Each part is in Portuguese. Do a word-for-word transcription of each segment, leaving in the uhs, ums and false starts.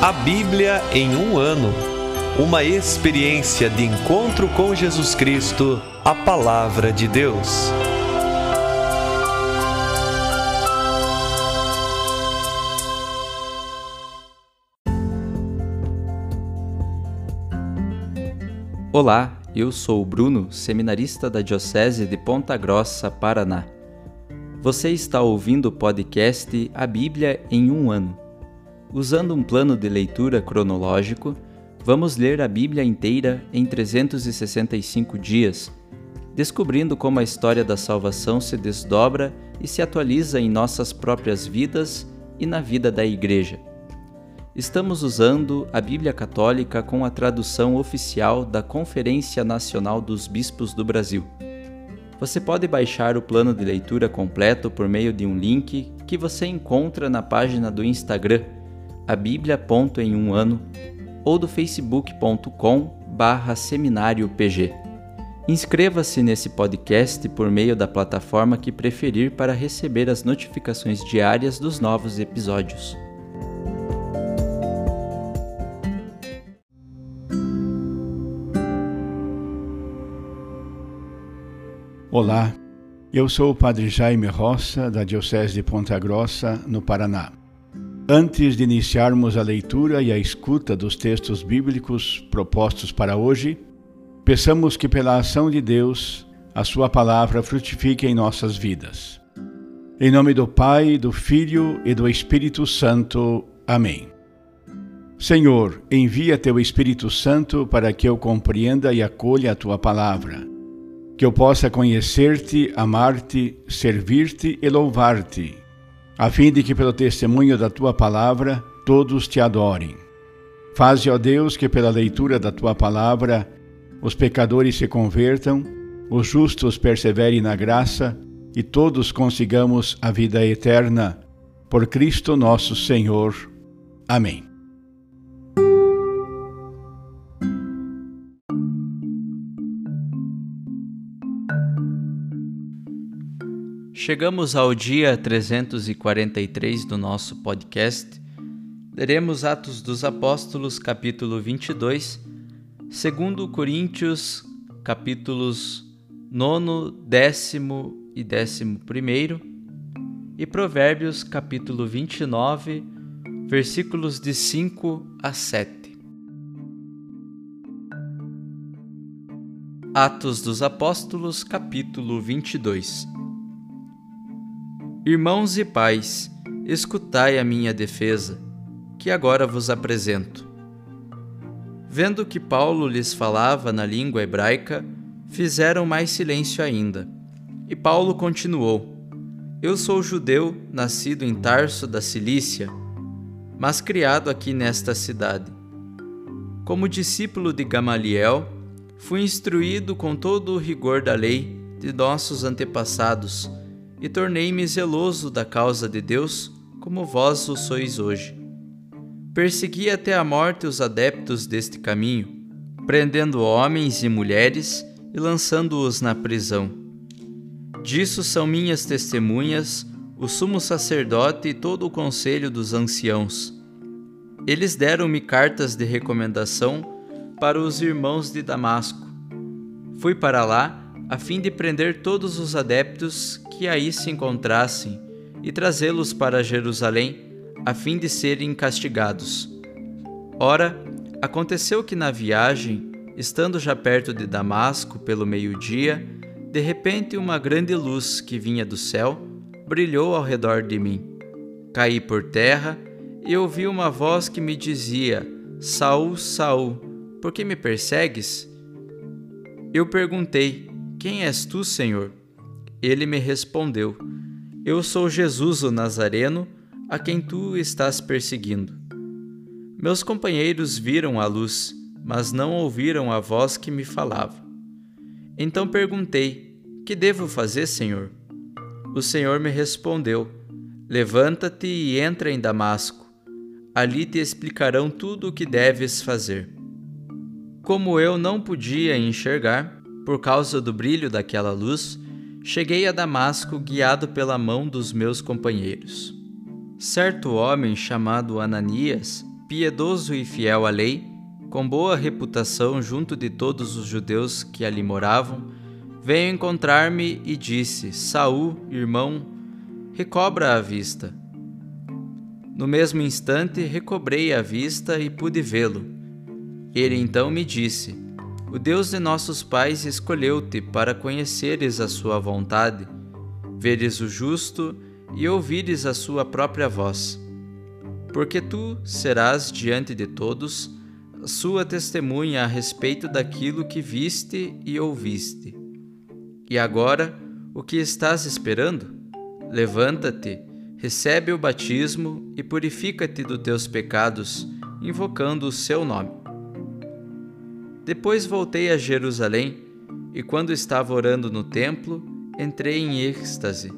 A Bíblia em um ano. Uma experiência de encontro com Jesus Cristo, a Palavra de Deus. Olá, eu sou o Bruno, seminarista da Diocese de Ponta Grossa, Paraná. Você está ouvindo o podcast A Bíblia em um ano. Usando um plano de leitura cronológico, vamos ler a Bíblia inteira em trezentos e sessenta e cinco dias, descobrindo como a história da salvação se desdobra e se atualiza em nossas próprias vidas e na vida da Igreja. Estamos usando a Bíblia Católica com a tradução oficial da Conferência Nacional dos Bispos do Brasil. Você pode baixar o plano de leitura completo por meio de um link que você encontra na página do Instagram, a bíblia ponto em um ano, ou do facebook ponto com barra seminário P G. Inscreva-se nesse podcast por meio da plataforma que preferir para receber as notificações diárias dos novos episódios. Olá, eu sou o Padre Jaime Roça, da Diocese de Ponta Grossa, no Paraná. Antes de iniciarmos a leitura e a escuta dos textos bíblicos propostos para hoje, peçamos que pela ação de Deus, a sua palavra frutifique em nossas vidas. Em nome do Pai, do Filho e do Espírito Santo. Amém. Senhor, envia teu Espírito Santo para que eu compreenda e acolha a tua palavra, que eu possa conhecer-te, amar-te, servir-te e louvar-te, a fim de que pelo testemunho da Tua palavra todos Te adorem. Faze, ó Deus, que pela leitura da Tua palavra os pecadores se convertam, os justos perseverem na graça e todos consigamos a vida eterna. Por Cristo nosso Senhor. Amém. Chegamos ao dia trezentos e quarenta e três do nosso podcast. Leremos Atos dos Apóstolos, capítulo vinte e dois, segundo Coríntios, capítulos nono, décimo e décimo primeiro, e Provérbios, capítulo vinte e nove, versículos de cinco a sete. Atos dos Apóstolos, capítulo vinte e dois. Irmãos e pais, escutai a minha defesa, que agora vos apresento. Vendo que Paulo lhes falava na língua hebraica, fizeram mais silêncio ainda. E Paulo continuou: Eu sou judeu, nascido em Tarso da Cilícia, mas criado aqui nesta cidade. Como discípulo de Gamaliel, fui instruído com todo o rigor da lei de nossos antepassados, e tornei-me zeloso da causa de Deus, como vós o sois hoje. Persegui até a morte os adeptos deste caminho, prendendo homens e mulheres e lançando-os na prisão. Disso são minhas testemunhas o sumo sacerdote e todo o conselho dos anciãos. Eles deram-me cartas de recomendação para os irmãos de Damasco. Fui para lá a fim de prender todos os adeptos que aí se encontrassem e trazê-los para Jerusalém, a fim de serem castigados. Ora, aconteceu que na viagem, estando já perto de Damasco pelo meio-dia, de repente uma grande luz que vinha do céu brilhou ao redor de mim. Caí por terra e ouvi uma voz que me dizia: Saul, Saul, por que me persegues? Eu perguntei: Quem és tu, Senhor? Ele me respondeu: Eu sou Jesus o Nazareno, a quem tu estás perseguindo. Meus companheiros viram a luz, mas não ouviram a voz que me falava. Então perguntei: Que devo fazer, Senhor? O Senhor me respondeu: Levanta-te e entra em Damasco. Ali te explicarão tudo o que deves fazer. Como eu não podia enxergar, por causa do brilho daquela luz, cheguei a Damasco guiado pela mão dos meus companheiros. Certo homem chamado Ananias piedoso e fiel à lei, com boa reputação junto de todos os judeus que ali moravam, veio encontrar-me e disse: Saul, irmão, recobra a vista. No mesmo instante recobrei a vista e pude vê-lo. Ele então me disse: O Deus de nossos pais escolheu-te para conheceres a sua vontade, veres o justo e ouvires a sua própria voz. Porque tu serás diante de todos a sua testemunha a respeito daquilo que viste e ouviste. E agora, o que estás esperando? Levanta-te, recebe o batismo e purifica-te dos teus pecados, invocando o seu nome. Depois voltei a Jerusalém, e quando estava orando no templo, entrei em êxtase.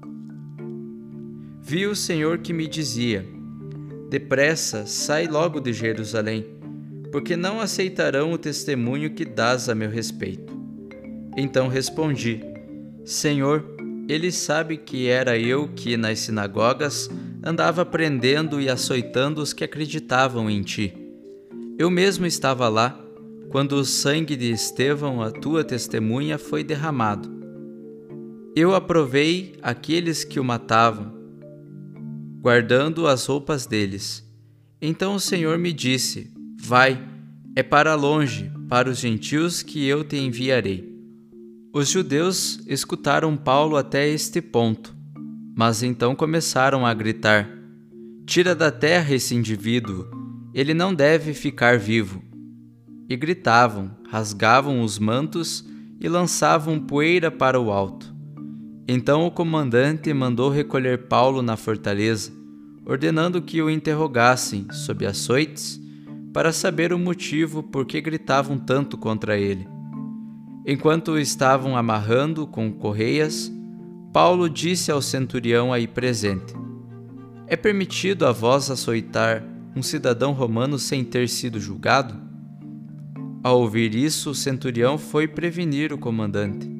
Vi o Senhor que me dizia: Depressa, sai logo de Jerusalém, porque não aceitarão o testemunho que dás a meu respeito. Então respondi: Senhor, ele sabe que era eu que nas sinagogas andava prendendo e açoitando os que acreditavam em ti. Eu mesmo estava lá, quando o sangue de Estevão, a tua testemunha, foi derramado. Eu aprovei aqueles que o matavam, guardando as roupas deles. Então o Senhor me disse: Vai, é para longe, para os gentios que eu te enviarei. Os judeus escutaram Paulo até este ponto, mas então começaram a gritar: Tira da terra esse indivíduo, ele não deve ficar vivo. E gritavam, rasgavam os mantos e lançavam poeira para o alto. Então o comandante mandou recolher Paulo na fortaleza, ordenando que o interrogassem sob açoites, para saber o motivo por que gritavam tanto contra ele. Enquanto o estavam amarrando com correias, Paulo disse ao centurião aí presente: É permitido a vós açoitar um cidadão romano sem ter sido julgado? Ao ouvir isso, o centurião foi prevenir o comandante.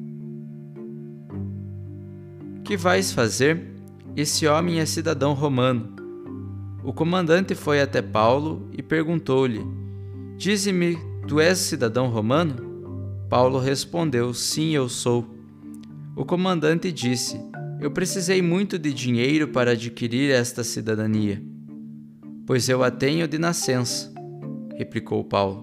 Que vais fazer? Esse homem é cidadão romano. O comandante foi até Paulo e perguntou-lhe: Dize-me, tu és cidadão romano? Paulo respondeu: Sim, eu sou. O comandante disse: Eu precisei muito de dinheiro para adquirir esta cidadania. Pois eu a tenho de nascença, replicou Paulo.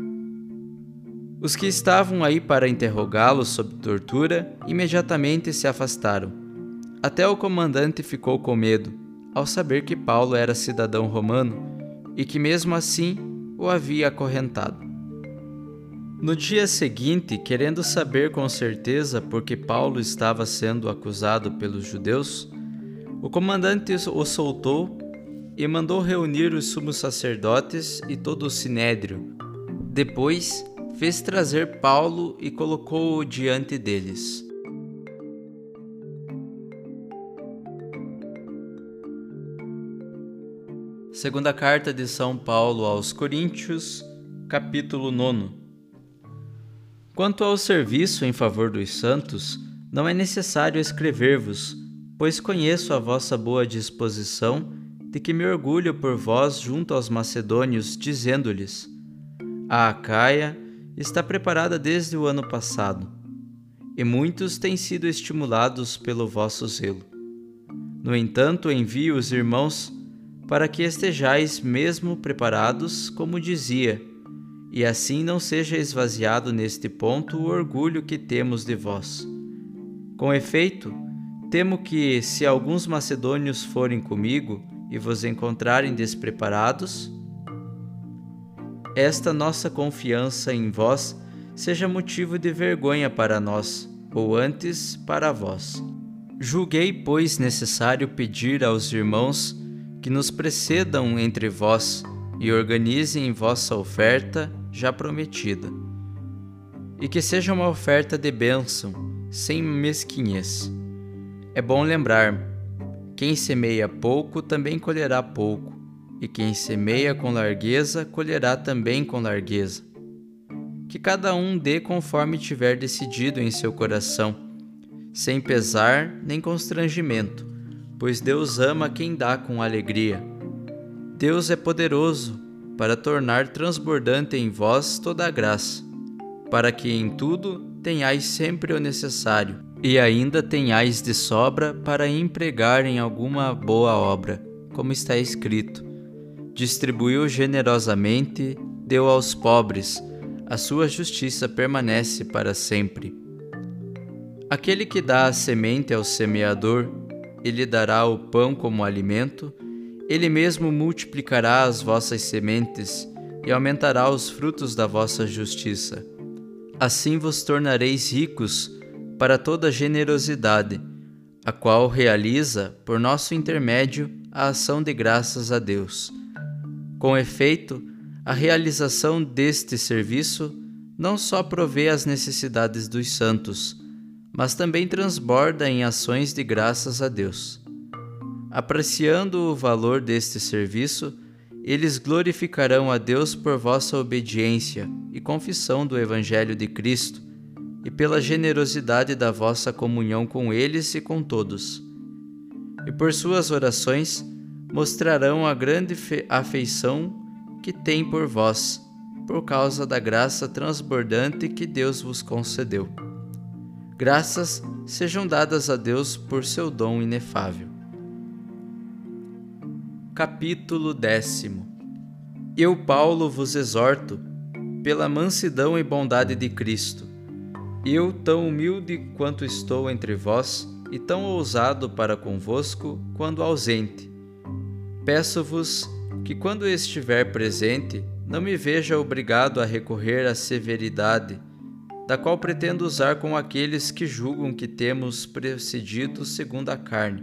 Os que estavam aí para interrogá-lo sob tortura imediatamente se afastaram. Até o comandante ficou com medo, ao saber que Paulo era cidadão romano e que mesmo assim o havia acorrentado. No dia seguinte, querendo saber com certeza por que Paulo estava sendo acusado pelos judeus, o comandante o soltou e mandou reunir os sumos sacerdotes e todo o sinédrio. Depois, fez trazer Paulo e colocou-o diante deles. Segunda carta de São Paulo aos Coríntios, capítulo nove. Quanto ao serviço em favor dos santos, não é necessário escrever-vos, pois conheço a vossa boa disposição, de que me orgulho por vós junto aos macedônios, dizendo-lhes: A Acaia está preparada desde o ano passado, e muitos têm sido estimulados pelo vosso zelo. No entanto, envio os irmãos para que estejais mesmo preparados, como dizia, e assim não seja esvaziado neste ponto o orgulho que temos de vós. Com efeito, temo que, se alguns macedônios forem comigo e vos encontrarem despreparados, esta nossa confiança em vós seja motivo de vergonha para nós, ou antes para vós. Julguei, pois, necessário pedir aos irmãos que nos precedam entre vós e organizem vossa oferta já prometida, e que seja uma oferta de bênção, sem mesquinhez. É bom lembrar: quem semeia pouco também colherá pouco, e quem semeia com largueza colherá também com largueza. Que cada um dê conforme tiver decidido em seu coração, sem pesar nem constrangimento, pois Deus ama quem dá com alegria. Deus é poderoso para tornar transbordante em vós toda a graça, para que em tudo tenhais sempre o necessário, e ainda tenhais de sobra para empregar em alguma boa obra, como está escrito: distribuiu generosamente, deu aos pobres, a sua justiça permanece para sempre. Aquele que dá a semente ao semeador, ele dará o pão como alimento, ele mesmo multiplicará as vossas sementes e aumentará os frutos da vossa justiça. Assim vos tornareis ricos para toda generosidade, a qual realiza, por nosso intermédio, a ação de graças a Deus. Com efeito, a realização deste serviço não só provê as necessidades dos santos, mas também transborda em ações de graças a Deus. Apreciando o valor deste serviço, eles glorificarão a Deus por vossa obediência e confissão do Evangelho de Cristo, e pela generosidade da vossa comunhão com eles e com todos. E por suas orações mostrarão a grande afeição que têm por vós, por causa da graça transbordante que Deus vos concedeu. Graças sejam dadas a Deus por seu dom inefável. Capítulo décimo. Eu, Paulo, vos exorto, pela mansidão e bondade de Cristo. Eu, tão humilde quanto estou entre vós, e tão ousado para convosco quando ausente. Peço-vos que, quando estiver presente, não me veja obrigado a recorrer à severidade, da qual pretendo usar com aqueles que julgam que temos procedido segundo a carne.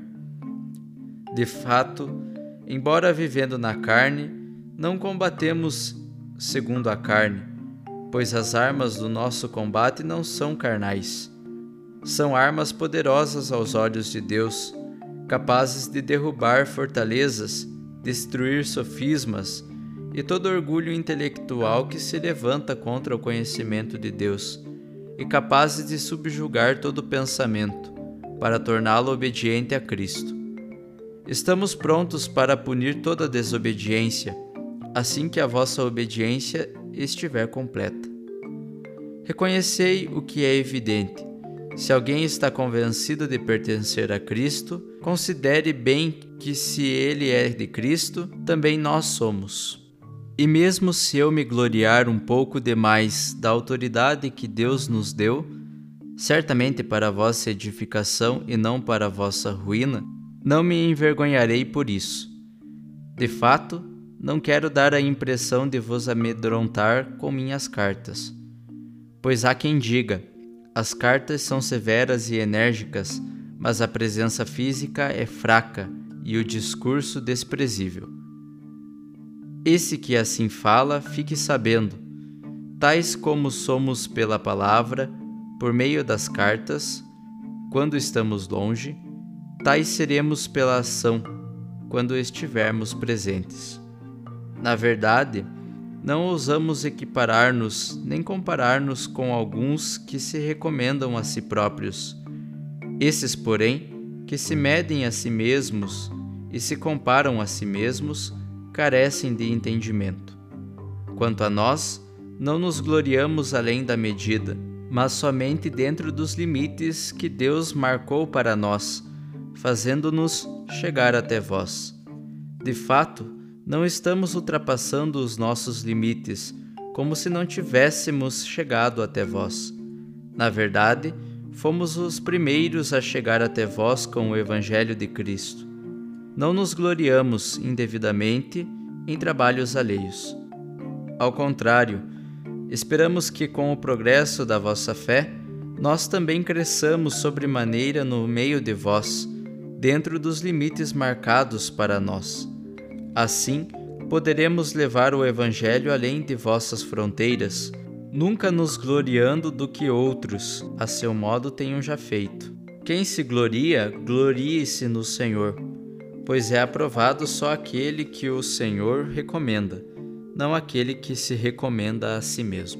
De fato, embora vivendo na carne, não combatemos segundo a carne, pois as armas do nosso combate não são carnais. São armas poderosas aos olhos de Deus, capazes de derrubar fortalezas, destruir sofismas e todo orgulho intelectual que se levanta contra o conhecimento de Deus, e capazes de subjugar todo pensamento, para torná-lo obediente a Cristo. Estamos prontos para punir toda desobediência, assim que a vossa obediência estiver completa. Reconhecei o que é evidente. Se alguém está convencido de pertencer a Cristo, considere bem que se ele é de Cristo, também nós somos. E mesmo se eu me gloriar um pouco demais da autoridade que Deus nos deu, certamente para a vossa edificação e não para a vossa ruína, não me envergonharei por isso. De fato, não quero dar a impressão de vos amedrontar com minhas cartas. Pois há quem diga: as cartas são severas e enérgicas, mas a presença física é fraca e o discurso desprezível. Esse que assim fala, fique sabendo, tais como somos pela palavra, por meio das cartas, quando estamos longe, tais seremos pela ação, quando estivermos presentes. Na verdade, não ousamos equiparar-nos nem comparar-nos com alguns que se recomendam a si próprios. Esses, porém, que se medem a si mesmos e se comparam a si mesmos, carecem de entendimento. Quanto a nós, não nos gloriamos além da medida, mas somente dentro dos limites que Deus marcou para nós, fazendo-nos chegar até vós. De fato, não estamos ultrapassando os nossos limites, como se não tivéssemos chegado até vós. Na verdade, fomos os primeiros a chegar até vós com o Evangelho de Cristo. Não nos gloriamos indevidamente em trabalhos alheios. Ao contrário, esperamos que com o progresso da vossa fé, nós também cresçamos sobremaneira no meio de vós, dentro dos limites marcados para nós. Assim, poderemos levar o Evangelho além de vossas fronteiras, nunca nos gloriando do que outros, a seu modo, tenham já feito. Quem se gloria, glorie-se no Senhor, pois é aprovado só aquele que o Senhor recomenda, não aquele que se recomenda a si mesmo.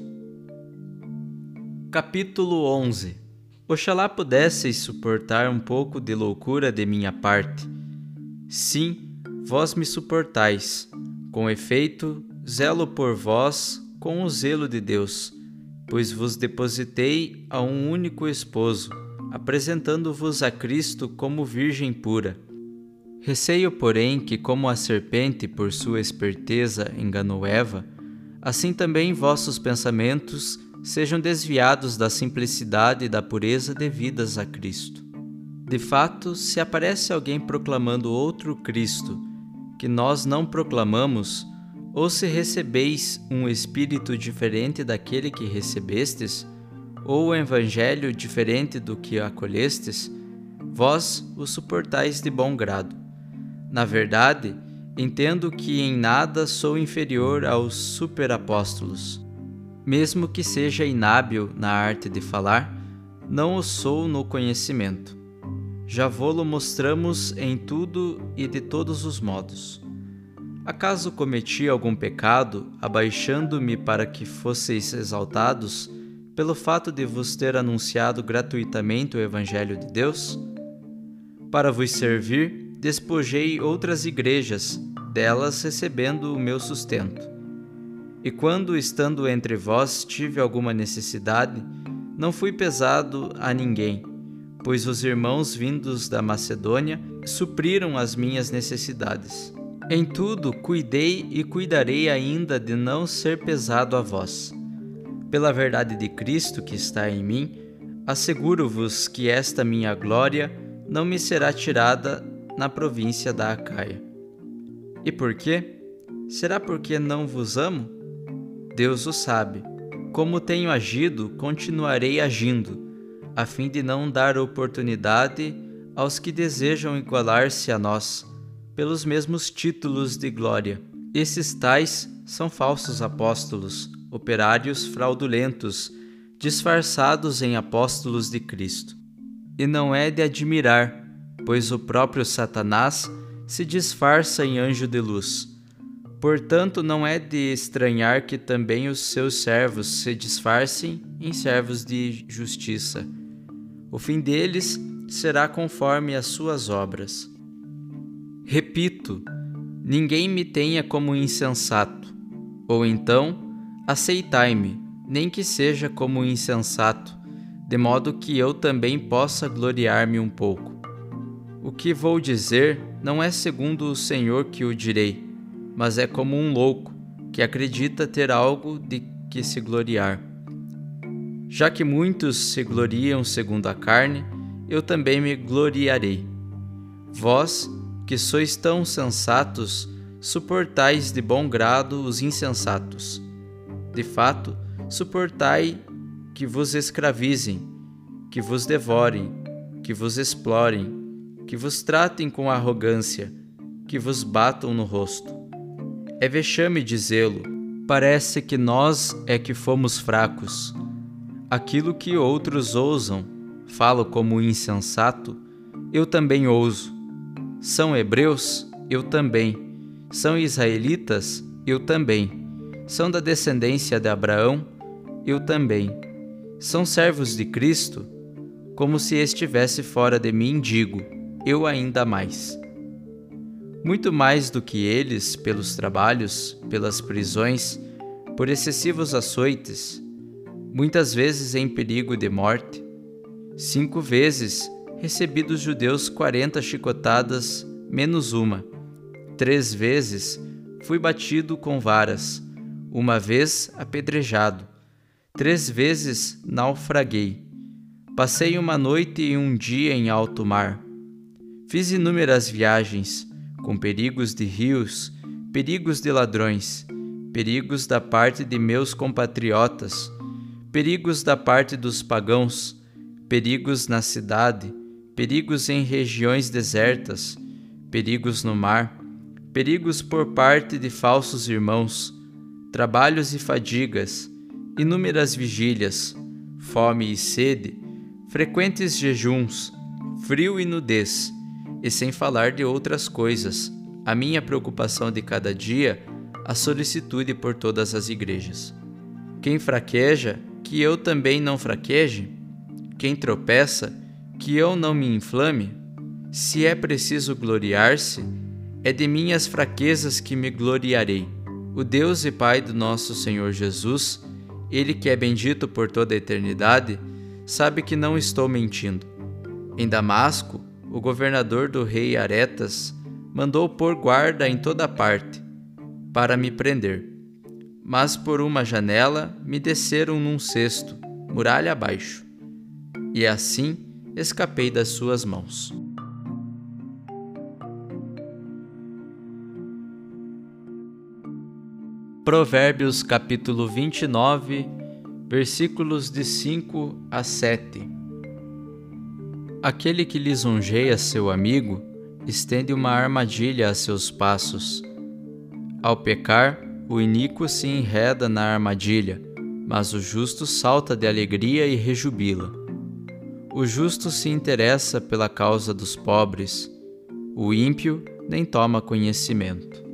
Capítulo onze. Oxalá pudesseis suportar um pouco de loucura de minha parte. Sim, vós me suportais. Com efeito, zelo por vós com o zelo de Deus, pois vos depositei a um único esposo, apresentando-vos a Cristo como virgem pura. Receio, porém, que como a serpente por sua esperteza enganou Eva, assim também vossos pensamentos sejam desviados da simplicidade e da pureza devidas a Cristo. De fato, se aparece alguém proclamando outro Cristo, que nós não proclamamos, ou se recebeis um espírito diferente daquele que recebestes, ou o evangelho diferente do que acolhestes, vós o suportais de bom grado. Na verdade, entendo que em nada sou inferior aos superapóstolos. Mesmo que seja inábil na arte de falar, não o sou no conhecimento. Já vô-lo mostramos em tudo e de todos os modos. Acaso cometi algum pecado, abaixando-me para que fosseis exaltados, pelo fato de vos ter anunciado gratuitamente o Evangelho de Deus? Para vos servir, despojei outras igrejas, delas recebendo o meu sustento. E quando, estando entre vós, tive alguma necessidade, não fui pesado a ninguém, pois os irmãos vindos da Macedônia supriram as minhas necessidades. Em tudo cuidei e cuidarei ainda de não ser pesado a vós. Pela verdade de Cristo que está em mim, asseguro-vos que esta minha glória não me será tirada na província da Acaia. E por quê? Será porque não vos amo? Deus o sabe. Como tenho agido, continuarei agindo, a fim de não dar oportunidade aos que desejam igualar-se a nós, pelos mesmos títulos de glória. Esses tais são falsos apóstolos, operários fraudulentos, disfarçados em apóstolos de Cristo. E não é de admirar, pois o próprio Satanás se disfarça em anjo de luz. Portanto, não é de estranhar que também os seus servos se disfarcem em servos de justiça. O fim deles será conforme as suas obras. Repito, ninguém me tenha como insensato, ou então, aceitai-me, nem que seja como insensato, de modo que eu também possa gloriar-me um pouco. O que vou dizer não é segundo o Senhor que o direi, mas é como um louco, que acredita ter algo de que se gloriar. Já que muitos se gloriam segundo a carne, eu também me gloriarei. Vós, que sois tão sensatos, suportais de bom grado os insensatos. De fato, suportai que vos escravizem, que vos devorem, que vos explorem, que vos tratem com arrogância, que vos batam no rosto. É vexame dizê-lo, parece que nós é que fomos fracos. Aquilo que outros ousam, falo como insensato, eu também ouso. São hebreus? Eu também. São israelitas? Eu também. São da descendência de Abraão? Eu também. São servos de Cristo? Como se estivesse fora de mim, digo, eu ainda mais. Muito mais do que eles, pelos trabalhos, pelas prisões, por excessivos açoites, muitas vezes em perigo de morte. Cinco vezes recebi dos judeus quarenta chicotadas, menos uma. Três vezes fui batido com varas, uma vez apedrejado. Três vezes naufraguei. Passei uma noite e um dia em alto mar. Fiz inúmeras viagens, com perigos de rios, perigos de ladrões, perigos da parte de meus compatriotas, perigos da parte dos pagãos, perigos na cidade, perigos em regiões desertas, perigos no mar, perigos por parte de falsos irmãos, trabalhos e fadigas, inúmeras vigílias, fome e sede, frequentes jejuns, frio e nudez, e sem falar de outras coisas, a minha preocupação de cada dia, a solicitude por todas as igrejas. Quem fraqueja, que eu também não fraqueje? Quem tropeça, que eu não me inflame? Se é preciso gloriar-se, É de minhas fraquezas que me gloriarei. O Deus e Pai do nosso Senhor Jesus, Ele que é bendito por toda a eternidade, sabe que não estou mentindo. Em Damasco, o governador do rei Aretas mandou pôr guarda em toda parte, para me prender. Mas por uma janela me desceram num cesto, muralha abaixo, e assim escapei das suas mãos. Provérbios capítulo vinte e nove, versículos de cinco a sete. Aquele que lisonjeia seu amigo estende uma armadilha a seus passos. Ao pecar, o iníquo se enreda na armadilha, mas o justo salta de alegria e rejubila. O justo se interessa pela causa dos pobres, o ímpio nem toma conhecimento.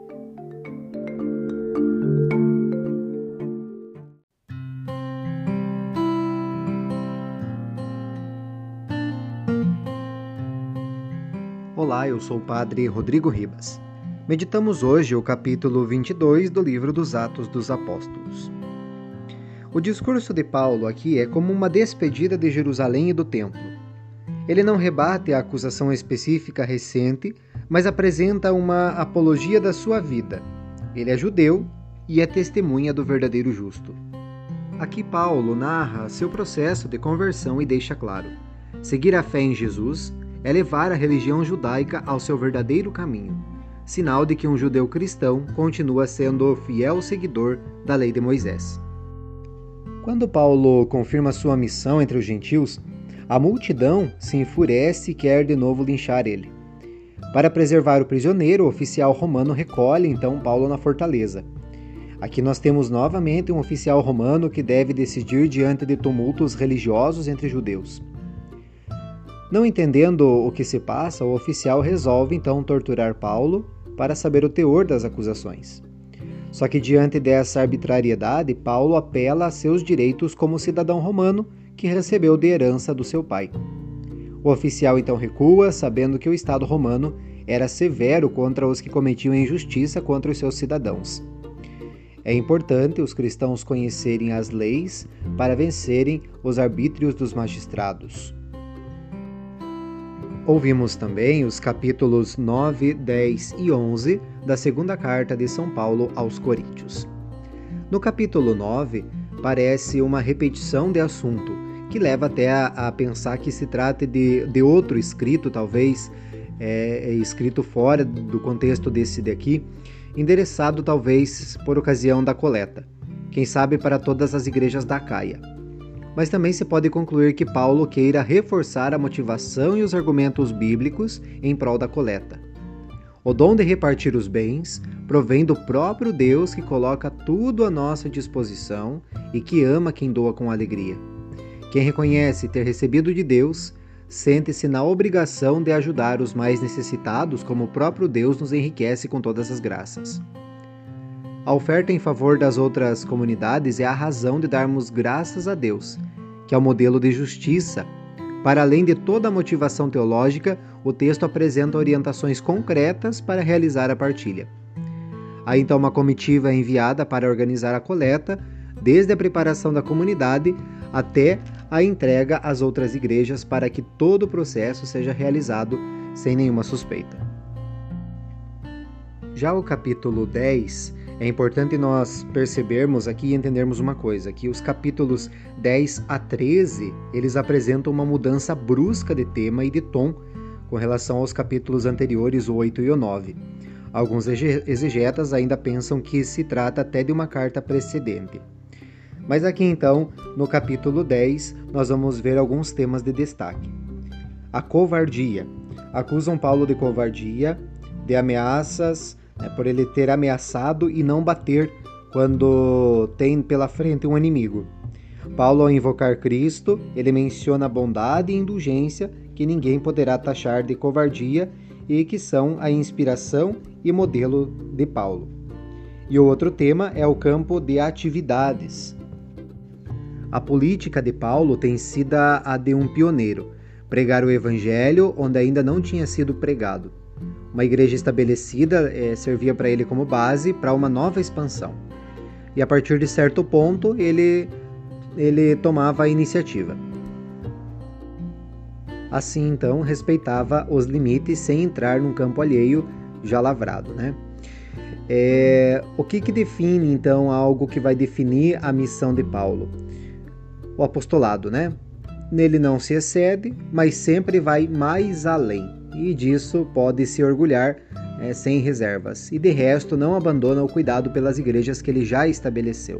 Olá, eu sou o Padre Rodrigo Ribas. Meditamos hoje o capítulo vinte e dois do livro dos Atos dos Apóstolos. O discurso de Paulo aqui é como uma despedida de Jerusalém e do templo. Ele não rebate a acusação específica recente, mas apresenta uma apologia da sua vida. Ele é judeu e é testemunha do verdadeiro justo. Aqui Paulo narra seu processo de conversão e deixa claro: seguir a fé em Jesus é levar a religião judaica ao seu verdadeiro caminho, sinal de que um judeu cristão continua sendo fiel seguidor da lei de Moisés. Quando Paulo confirma sua missão entre os gentios, a multidão se enfurece e quer de novo linchar ele. Para preservar o prisioneiro, o oficial romano recolhe então Paulo na fortaleza. Aqui nós temos novamente um oficial romano que deve decidir diante de tumultos religiosos entre judeus. Não entendendo o que se passa, o oficial resolve então torturar Paulo para saber o teor das acusações. Só que diante dessa arbitrariedade, Paulo apela a seus direitos como cidadão romano que recebeu de herança do seu pai. O oficial então recua, sabendo que o Estado romano era severo contra os que cometiam injustiça contra os seus cidadãos. É importante os cristãos conhecerem as leis para vencerem os arbítrios dos magistrados. Ouvimos também os capítulos nove, dez e onze da segunda carta de São Paulo aos Coríntios. No capítulo nove, parece uma repetição de assunto, que leva até a, a pensar que se trata de, de outro escrito, talvez, é, é escrito fora do contexto desse daqui, endereçado talvez por ocasião da coleta, quem sabe para todas as igrejas da Acaia. Mas também se pode concluir que Paulo queira reforçar a motivação e os argumentos bíblicos em prol da coleta. O dom de repartir os bens provém do próprio Deus que coloca tudo à nossa disposição e que ama quem doa com alegria. Quem reconhece ter recebido de Deus, sente-se na obrigação de ajudar os mais necessitados, como o próprio Deus nos enriquece com todas as graças. A oferta em favor das outras comunidades é a razão de darmos graças a Deus, que é o modelo de justiça. Para além de toda a motivação teológica, o texto apresenta orientações concretas para realizar a partilha. Há então uma comitiva enviada para organizar a coleta, desde a preparação da comunidade até a entrega às outras igrejas, para que todo o processo seja realizado sem nenhuma suspeita. Já o capítulo dez, é importante nós percebermos aqui e entendermos uma coisa, que os capítulos dez a treze, eles apresentam uma mudança brusca de tema e de tom com relação aos capítulos anteriores, o oito e o nove. Alguns exegetas ainda pensam que se trata até de uma carta precedente. Mas aqui então, no capítulo dez, nós vamos ver alguns temas de destaque. A covardia. Acusam Paulo de covardia, de ameaças, né, por ele ter ameaçado e não bater quando tem pela frente um inimigo. Paulo, ao invocar Cristo, ele menciona a bondade e indulgência que ninguém poderá taxar de covardia e que são a inspiração e modelo de Paulo. E o outro tema é o campo de atividades. A política de Paulo tem sido a de um pioneiro, pregar o evangelho onde ainda não tinha sido pregado. Uma igreja estabelecida é, servia para ele como base para uma nova expansão. E a partir de certo ponto, ele, ele tomava a iniciativa. Assim, então, respeitava os limites sem entrar num campo alheio já lavrado, né? É, o que, que define, então, algo que vai definir a missão de Paulo? O apostolado, né? Nele não se excede, mas sempre vai mais além. E disso pode se orgulhar é, sem reservas. E de resto, não abandona o cuidado pelas igrejas que ele já estabeleceu.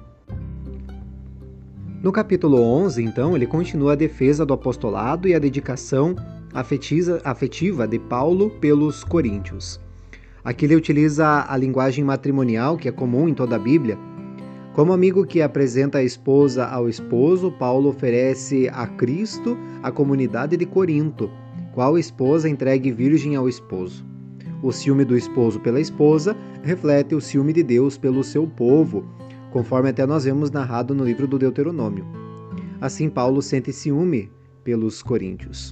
No capítulo onze, então, ele continua a defesa do apostolado e a dedicação afetiva, afetiva de Paulo pelos coríntios. Aqui ele utiliza a linguagem matrimonial, que é comum em toda a Bíblia. Como amigo que apresenta a esposa ao esposo, Paulo oferece a Cristo a comunidade de Corinto, qual esposa entregue virgem ao esposo. O ciúme do esposo pela esposa reflete o ciúme de Deus pelo seu povo, conforme até nós vemos narrado no livro do Deuteronômio. Assim, Paulo sente ciúme pelos coríntios.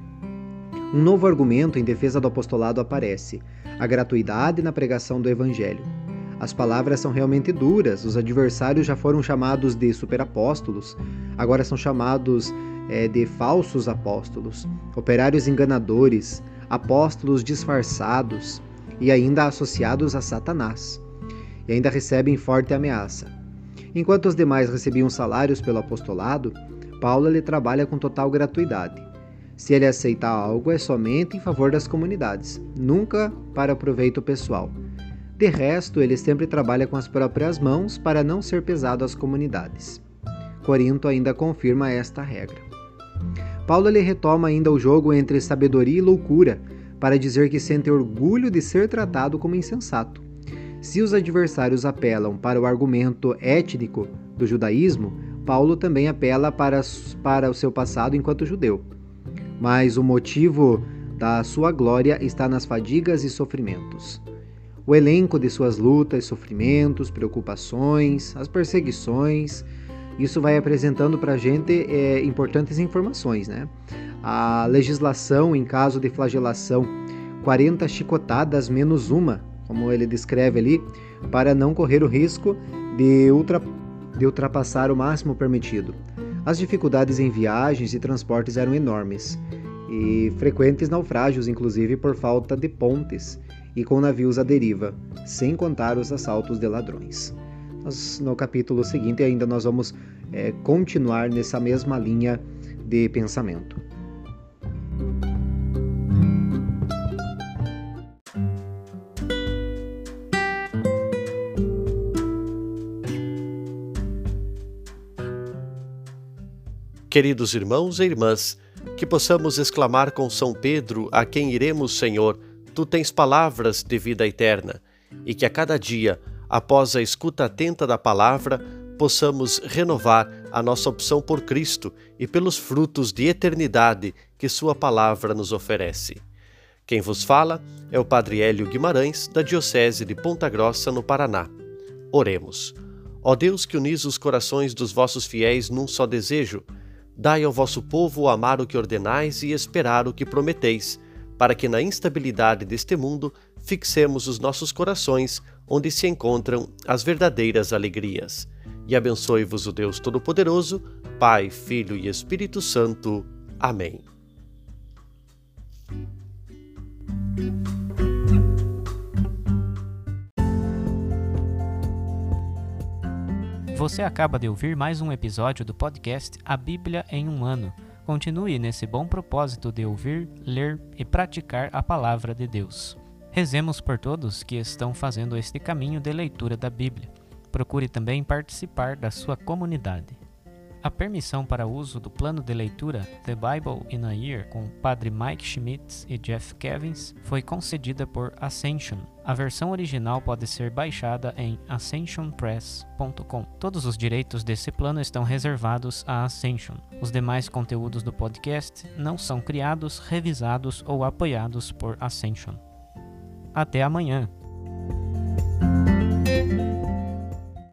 Um novo argumento em defesa do apostolado aparece: a gratuidade na pregação do Evangelho. As palavras são realmente duras, os adversários já foram chamados de superapóstolos, agora são chamados é, de falsos apóstolos, operários enganadores, apóstolos disfarçados e ainda associados a Satanás. E ainda recebem forte ameaça. Enquanto os demais recebiam salários pelo apostolado, Paulo ele trabalha com total gratuidade. Se ele aceitar algo, é somente em favor das comunidades, nunca para proveito pessoal. De resto, ele sempre trabalha com as próprias mãos para não ser pesado às comunidades. Corinto ainda confirma esta regra. Paulo ele retoma ainda o jogo entre sabedoria e loucura, para dizer que sente orgulho de ser tratado como insensato. Se os adversários apelam para o argumento étnico do judaísmo, Paulo também apela para, para o seu passado enquanto judeu. Mas o motivo da sua glória está nas fadigas e sofrimentos. O elenco de suas lutas, sofrimentos, preocupações, as perseguições, isso vai apresentando para a gente é, importantes informações, né? A legislação em caso de flagelação, quarenta chicotadas menos uma, como ele descreve ali, para não correr o risco de, ultra, de ultrapassar o máximo permitido. As dificuldades em viagens e transportes eram enormes, e frequentes naufrágios, inclusive por falta de pontes e com navios à deriva, sem contar os assaltos de ladrões. Nós, no capítulo seguinte ainda nós vamos é, continuar nessa mesma linha de pensamento. Queridos irmãos e irmãs, que possamos exclamar com São Pedro, a quem iremos, Senhor, Tu tens palavras de vida eterna, e que a cada dia, após a escuta atenta da palavra, possamos renovar a nossa opção por Cristo e pelos frutos de eternidade que Sua palavra nos oferece. Quem vos fala é o Padre Hélio Guimarães, da Diocese de Ponta Grossa, no Paraná. Oremos. Ó Deus, que unis os corações dos vossos fiéis num só desejo, dai ao vosso povo amar o que ordenais e esperar o que prometeis, para que na instabilidade deste mundo fixemos os nossos corações onde se encontram as verdadeiras alegrias. E abençoe-vos o Deus Todo-Poderoso, Pai, Filho e Espírito Santo. Amém. Você acaba de ouvir mais um episódio do podcast A Bíblia em um Ano. Continue nesse bom propósito de ouvir, ler e praticar a Palavra de Deus. Rezemos por todos que estão fazendo este caminho de leitura da Bíblia. Procure também participar da sua comunidade. A permissão para uso do plano de leitura The Bible in a Year com o Padre Mike Schmitz e Jeff Kevins foi concedida por Ascension. A versão original pode ser baixada em ascension press ponto com. Todos os direitos desse plano estão reservados à Ascension. Os demais conteúdos do podcast não são criados, revisados ou apoiados por Ascension. Até amanhã!